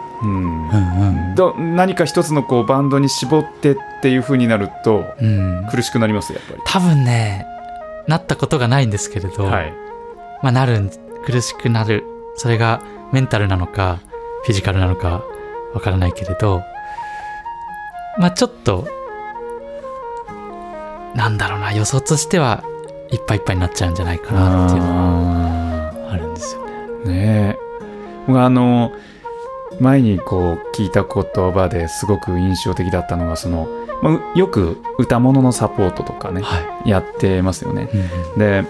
何か一つのこうバンドに絞ってっていう風になると苦しくなりますやっぱり。 多分ね、なったことがないんですけれど、まあ苦しくなる。それがメンタルなのかフィジカルなのかわからないけれど、まあちょっとなんだろうな、予想としてはいっぱいいっぱいになっちゃうんじゃないかなっていうのがあるんですよね。 ねえ、僕前にこう聞いた言葉ですごく印象的だったのが、よく歌物のサポートとかね、やってますよね。で、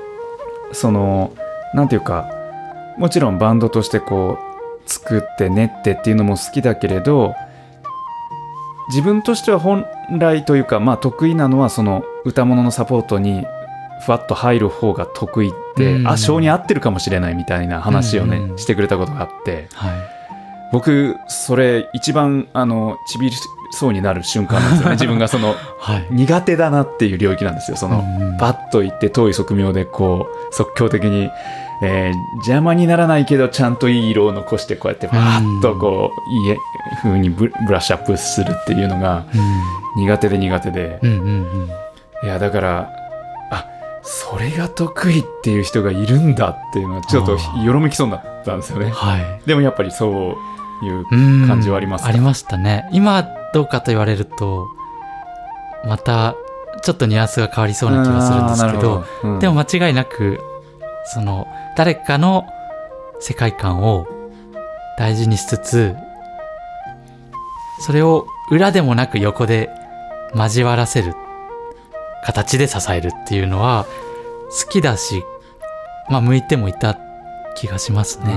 なんていうか、もちろんバンドとしてこう作って練ってっていうのも好きだけれど、自分としては本来というか、得意なのはその歌物のサポートにふわっと入る方が得意って、性に合ってるかもしれないみたいな話をね、してくれたことがあって、僕それ一番ちびりそうになる瞬間なんですよね。自分が苦手だなっていう領域なんですよ。パッといって遠い側面でこう即興的に、邪魔にならないけどちゃんといい色を残してこうやってバーッとこういい風にブラッシュアップするっていうのが苦手で、いやだからそれが得意っていう人がいるんだっていうのはちょっとよろめきそうになったんですよね。でもやっぱりそういう感じはありますか？ ありましたね。今どうかと言われるとまたちょっとニュアンスが変わりそうな気がするんですけど、でも間違いなく誰かの世界観を大事にしつつ、それを裏でもなく横で交わらせる形で支えるっていうのは好きだし、向いてもいた気がしますね。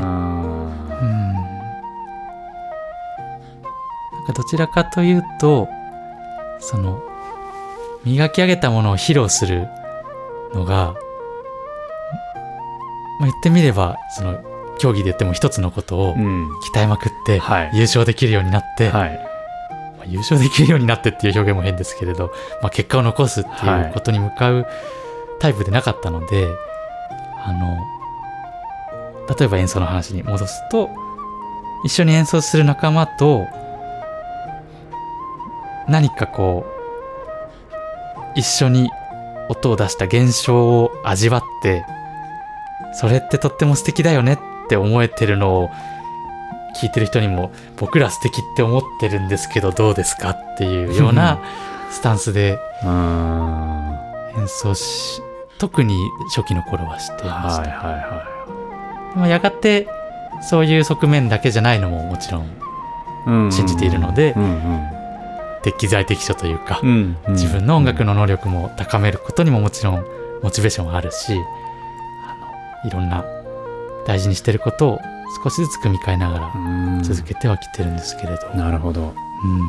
どちらかというと磨き上げたものを披露するのが、言ってみれば競技で言っても一つのことを鍛えまくって優勝できるようになって、優勝できるようになってっていう表現も変ですけれど、結果を残すっていうことに向かうタイプでなかったので、例えば演奏の話に戻すと、一緒に演奏する仲間と何かこう一緒に音を出した現象を味わって、それってとっても素敵だよねって思えてるのを聞いてる人にも、僕ら素敵って思ってるんですけどどうですかっていうようなスタンスで演奏特に初期の頃はしていました。やがてそういう側面だけじゃないのももちろん信じているので、適材適所というか、自分の音楽の能力も高めることにももちろんモチベーションはあるし、いろんな大事にしてることを少しずつ組み替えながら続けてはきてるんですけれど。 なるほど。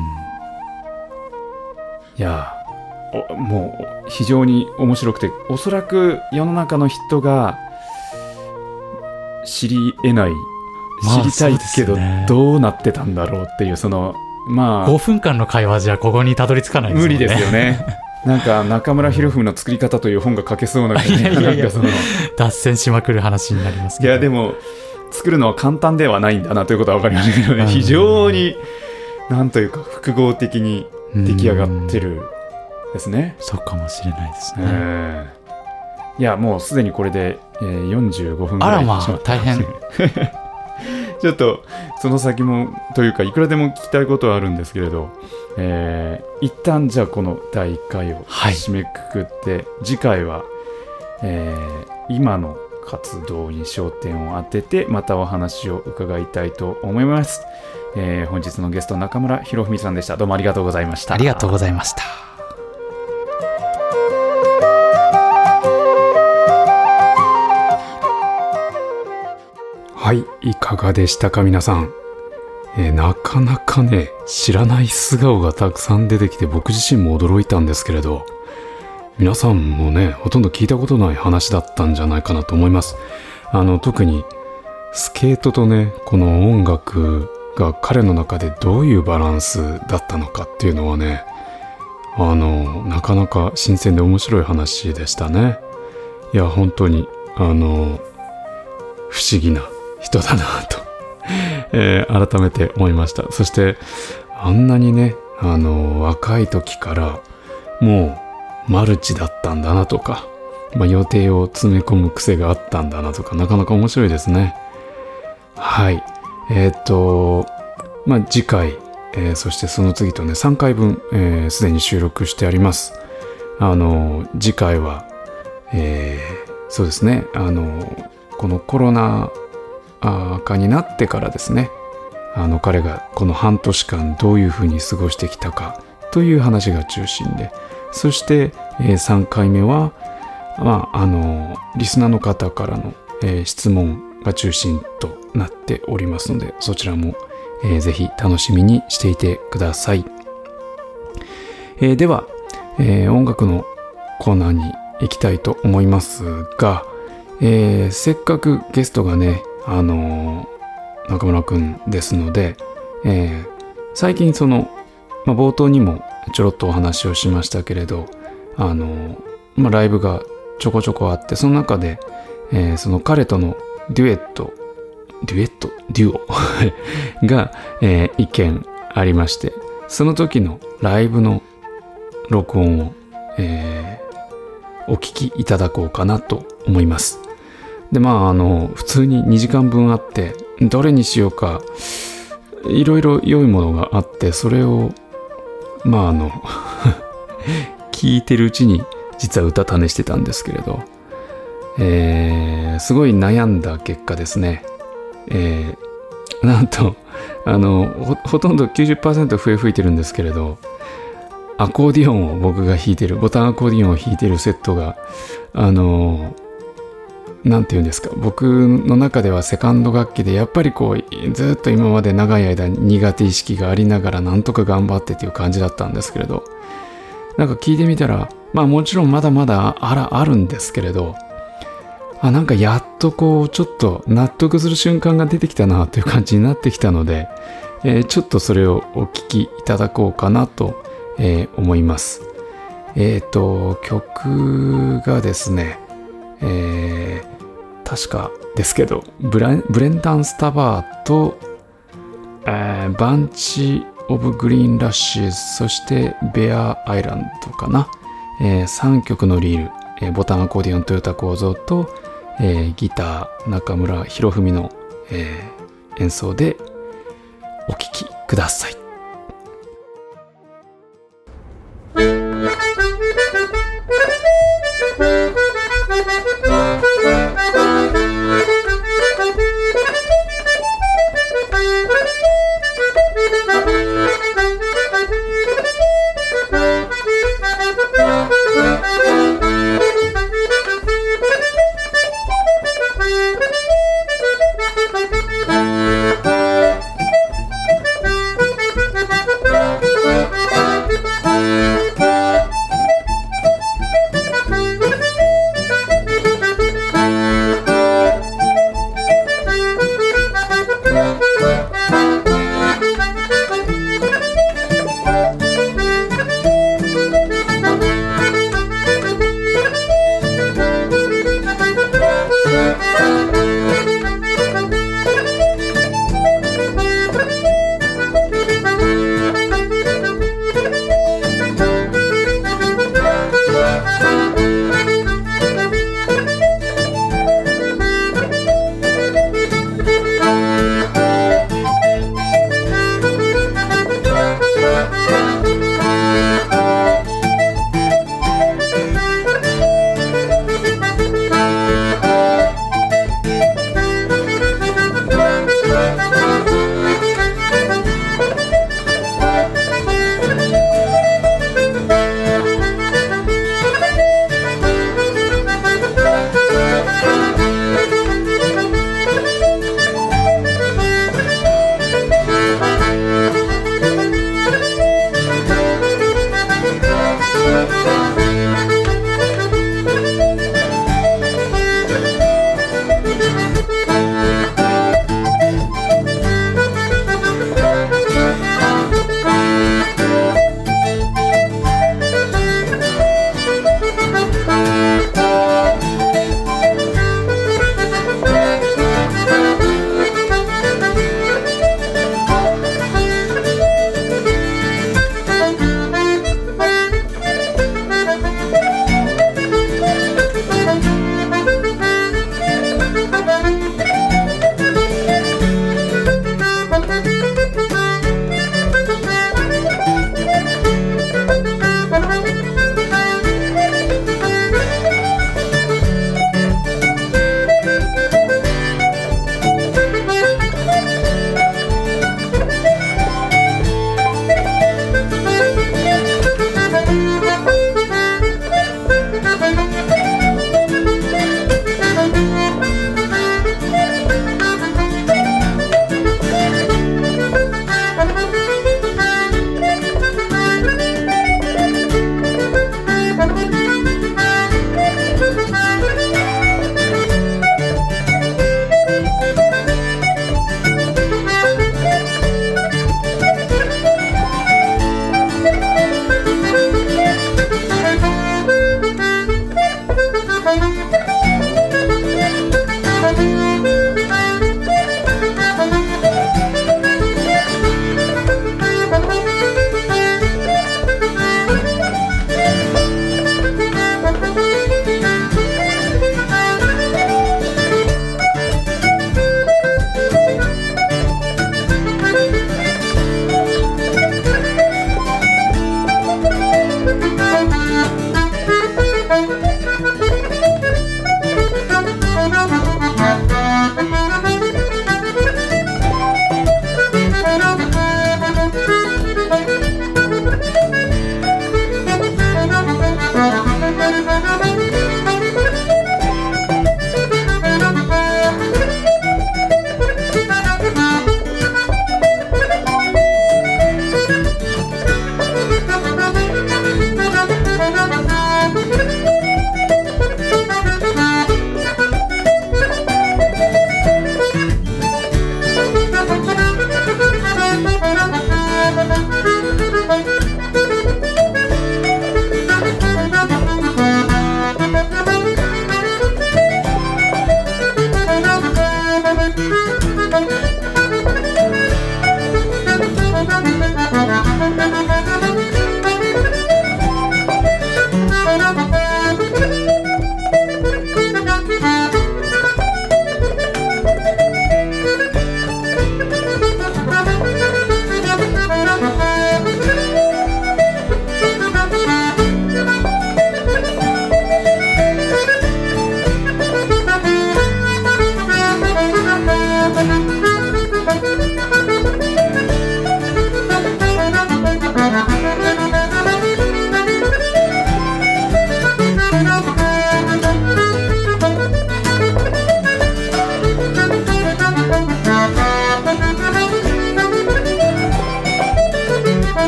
いやもう非常に面白くて、おそらく世の中の人が知り得ない、知りたいけどどうなってたんだろうっていう、 5分間の会話じゃここにたどり着かないですもんね。 無理ですよね。なんか中村博文の作り方という本が書けそうな感じで、 脱線しまくる話になりますけど。 いやでも作るのは簡単ではないんだなということは分かりましたけどね、非常になんというか複合的に出来上がってるですね。 そうかもしれないですね。 いやもうすでにこれで、45分ぐらいにしまった。 大変ちょっとその先もというかいくらでも聞きたいことはあるんですけれど、一旦じゃあこの第1回を締めくくって、次回は、今の活動に焦点を当ててまたお話を伺いたいと思います。本日のゲスト中村博文さんでした。どうもありがとうございました。 ありがとうございました。 はい、いかがでしたか皆さん。なかなかね、知らない素顔がたくさん出てきて僕自身も驚いたんですけれど、皆さんもね、ほとんど聞いたことない話だったんじゃないかなと思います。特にスケートとね、この音楽が彼の中でどういうバランスだったのかっていうのはね、なかなか新鮮で面白い話でしたね。いや、本当に不思議な人だなと、改めて思いました。そしてあんなにね、若い時からもうマルチだったんだなとか、予定を詰め込む癖があったんだなとか、なかなか面白いですね。はい。次回、そしてその次とね、3回分、すでに収録してあります。 次回は、そうですね、このコロナ禍になってからですね、彼がこの半年間どういうふうに過ごしてきたかという話が中心で、そして、3回目は、リスナーの方からの、質問が中心となっておりますので、そちらも、ぜひ楽しみにしていてください。では、音楽のコーナーに行きたいと思いますが、せっかくゲストがね、中村くんですので、最近冒頭にもちょろっとお話をしましたけれど、ライブがちょこちょこあって、その中で、その彼とのデュオが、一件ありまして、その時のライブの録音を、お聞きいただこうかなと思います。で、普通に2時間分あって、どれにしようか、いろいろ良いものがあって、それを、聞いてるうちに、実は歌種してたんですけれど、すごい悩んだ結果ですね、なんと、ほとんど 90% 笛吹いてるんですけれど、アコーディオンを僕が弾いてる、ボタンアコーディオンを弾いてるセットが、なんていうんですか、僕の中ではセカンド楽器で、やっぱりずっと今まで長い間苦手意識がありながらなんとか頑張ってっていう感じだったんですけれど、なんか聞いてみたら、もちろんまだまだあるんですけれど、なんかやっとちょっと納得する瞬間が出てきたなという感じになってきたので、ちょっとそれをお聞きいただこうかなと、思います。曲がですね、確かですけど、ブレンダン・スタバーと、バンチ・オブ・グリーン・ラッシュズ、そしてベア・アイランドかな、3曲のリール、ボタンアコーディオン豊田幸三と、ギター中村博文の、演奏でお聴きください。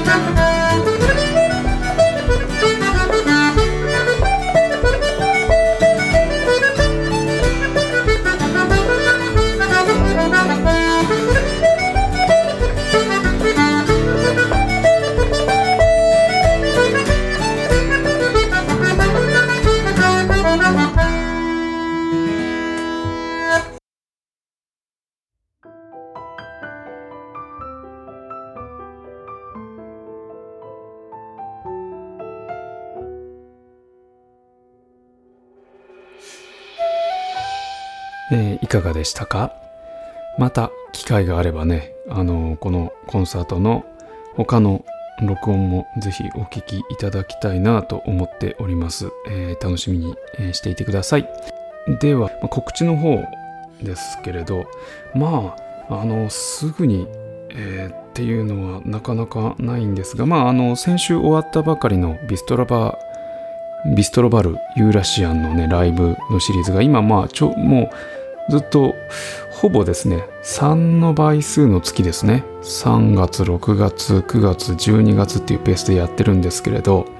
いかがでしたか？また機会があればね、このコンサートの他の録音もぜひお聞きいただきたいなと思っております。楽しみにしていてください。では、告知の方ですけれど、すぐに、っていうのはなかなかないんですが、先週終わったばかりのビストロバルユーラシアンのねライブのシリーズが今もうずっとほぼですね3の倍数の月ですね、3月6月9月12月っていうペースでやってるんですけれど、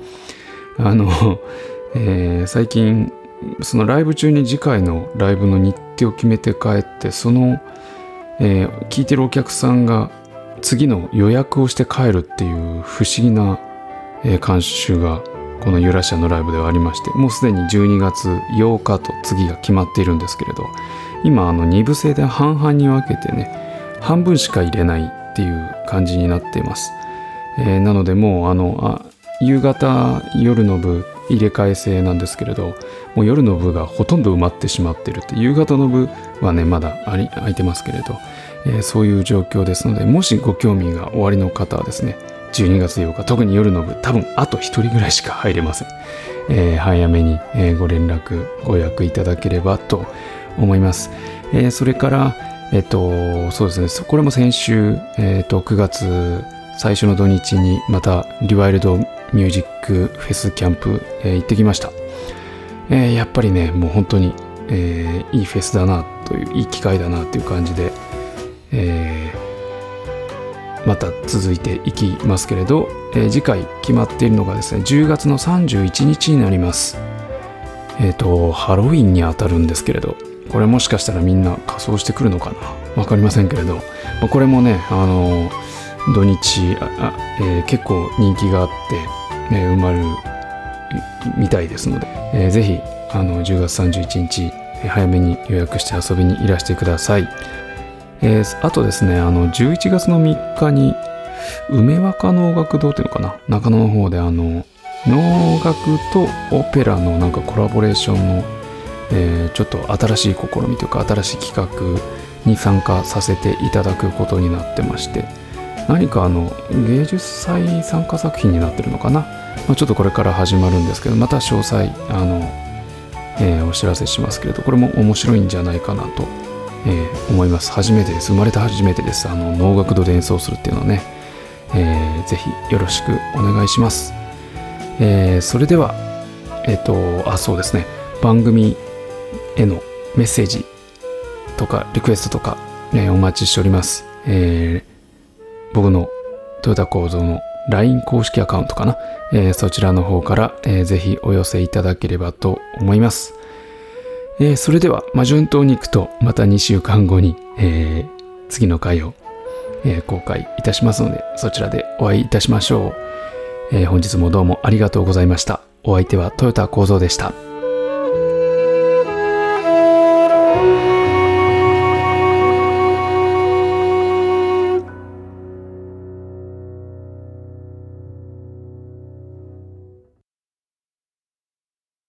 最近そのライブ中に次回のライブの日程を決めて帰って、その、聞いてるお客さんが次の予約をして帰るっていう不思議な、慣習がこのユーラシアのライブではありまして、もうすでに12月8日と次が決まっているんですけれど、今2部制で半々に分けてね、半分しか入れないっていう感じになっています。なのでもう夕方夜の部入れ替え制なんですけれど、もう夜の部がほとんど埋まってしまっているって、夕方の部はねまだ空いてますけれど、そういう状況ですので、もしご興味がおありの方はですね、12月8日特に夜の部多分あと1人ぐらいしか入れません。早めに、ご連絡ご予約いただければと思います。それからそうですね、これも先週、9月最初の土日にまたリワイルドミュージックフェスキャンプ、行ってきました。やっぱりねもう本当に、いいフェスだなという、いい機会だなという感じで、また続いていきますけれど、次回決まっているのがですね10月の31日になります。ハロウィンに当たるんですけれど、これもしかしたらみんな仮装してくるのかな、わかりませんけれど、これもね土日結構人気があって、埋まるみたいですので、ぜひ10月31日早めに予約して遊びにいらしてください。あとですね11月の3日に梅若能楽堂っていうのかな、中野の方で能楽とオペラのなんかコラボレーションの、ちょっと新しい試みというか新しい企画に参加させていただくことになってまして、何か芸術祭参加作品になってるのかな、ちょっとこれから始まるんですけど、また詳細お知らせしますけれど、これも面白いんじゃないかなと、思います。初めてです。生まれて初めてです。能楽堂で演奏するっていうのをね、ぜひよろしくお願いします。それではそうですね、番組へのメッセージとかリクエストとか、お待ちしております。僕のトヨタ構造の LINE 公式アカウントかな、そちらの方から、ぜひお寄せいただければと思います。それでは順当にいくとまた2週間後に、次の回を、公開いたしますので、そちらでお会いいたしましょう。本日もどうもありがとうございました。お相手はトヨタ構造でした。